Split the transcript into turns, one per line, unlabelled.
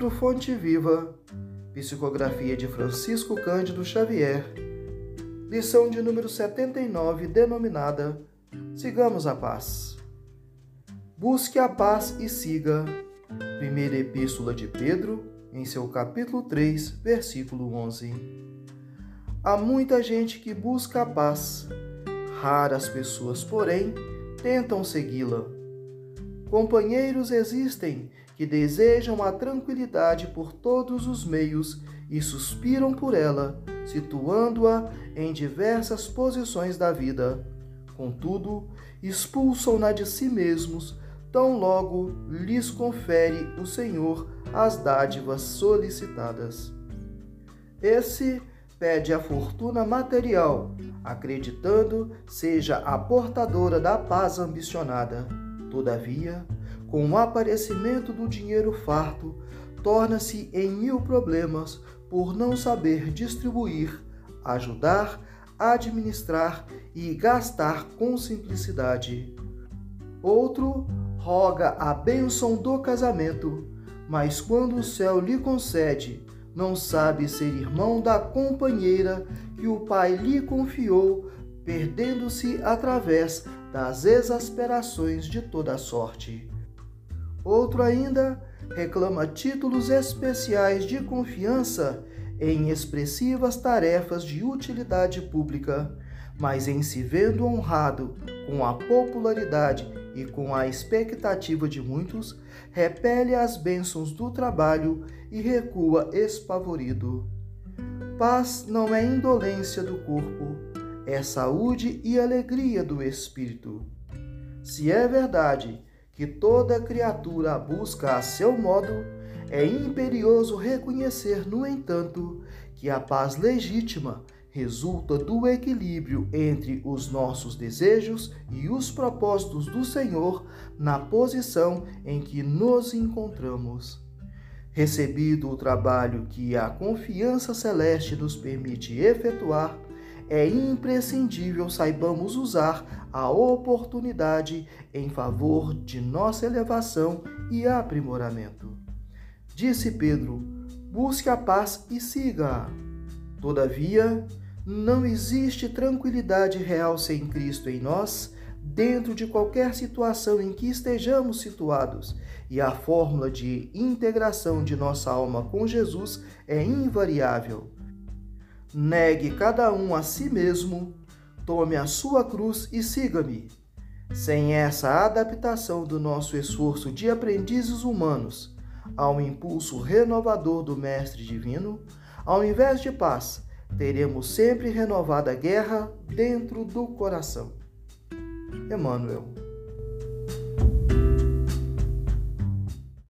Livro Fonte Viva, psicografia de Francisco Cândido Xavier, lição de número 79, denominada Sigamos a Paz. Busque a paz e siga. Primeira Epístola de Pedro, em seu capítulo 3, versículo 11. Há muita gente que busca a paz. Raras pessoas, porém, tentam segui-la. Companheiros existem que desejam a tranquilidade por todos os meios e suspiram por ela, situando-a em diversas posições da vida. Contudo, expulsam-na de si mesmos, tão logo lhes confere o Senhor as dádivas solicitadas. Esse pede a fortuna material, acreditando seja a portadora da paz ambicionada. Todavia, com o aparecimento do dinheiro farto, torna-se em 1000 problemas por não saber distribuir, ajudar, administrar e gastar com simplicidade. Outro roga a bênção do casamento, mas quando o céu lhe concede, não sabe ser irmão da companheira que o pai lhe confiou, perdendo-se através das exasperações de toda sorte. Outro ainda reclama títulos especiais de confiança em expressivas tarefas de utilidade pública, mas em se vendo honrado com a popularidade e com a expectativa de muitos, repele as bênçãos do trabalho e recua espavorido. Paz não é indolência do corpo, é saúde e alegria do espírito. Se é verdade que toda criatura a busca a seu modo, é imperioso reconhecer, no entanto, que a paz legítima resulta do equilíbrio entre os nossos desejos e os propósitos do Senhor na posição em que nos encontramos. Recebido o trabalho que a confiança celeste nos permite efetuar, é imprescindível saibamos usar a oportunidade em favor de nossa elevação e aprimoramento. Disse Pedro: busque a paz e siga-a. Todavia, não existe tranquilidade real sem Cristo em nós, dentro de qualquer situação em que estejamos situados, e a fórmula de integração de nossa alma com Jesus é invariável. Negue cada um a si mesmo, tome a sua cruz e siga-me. Sem essa adaptação do nosso esforço de aprendizes humanos ao impulso renovador do Mestre Divino, ao invés de paz, teremos sempre renovada guerra dentro do coração. Emmanuel.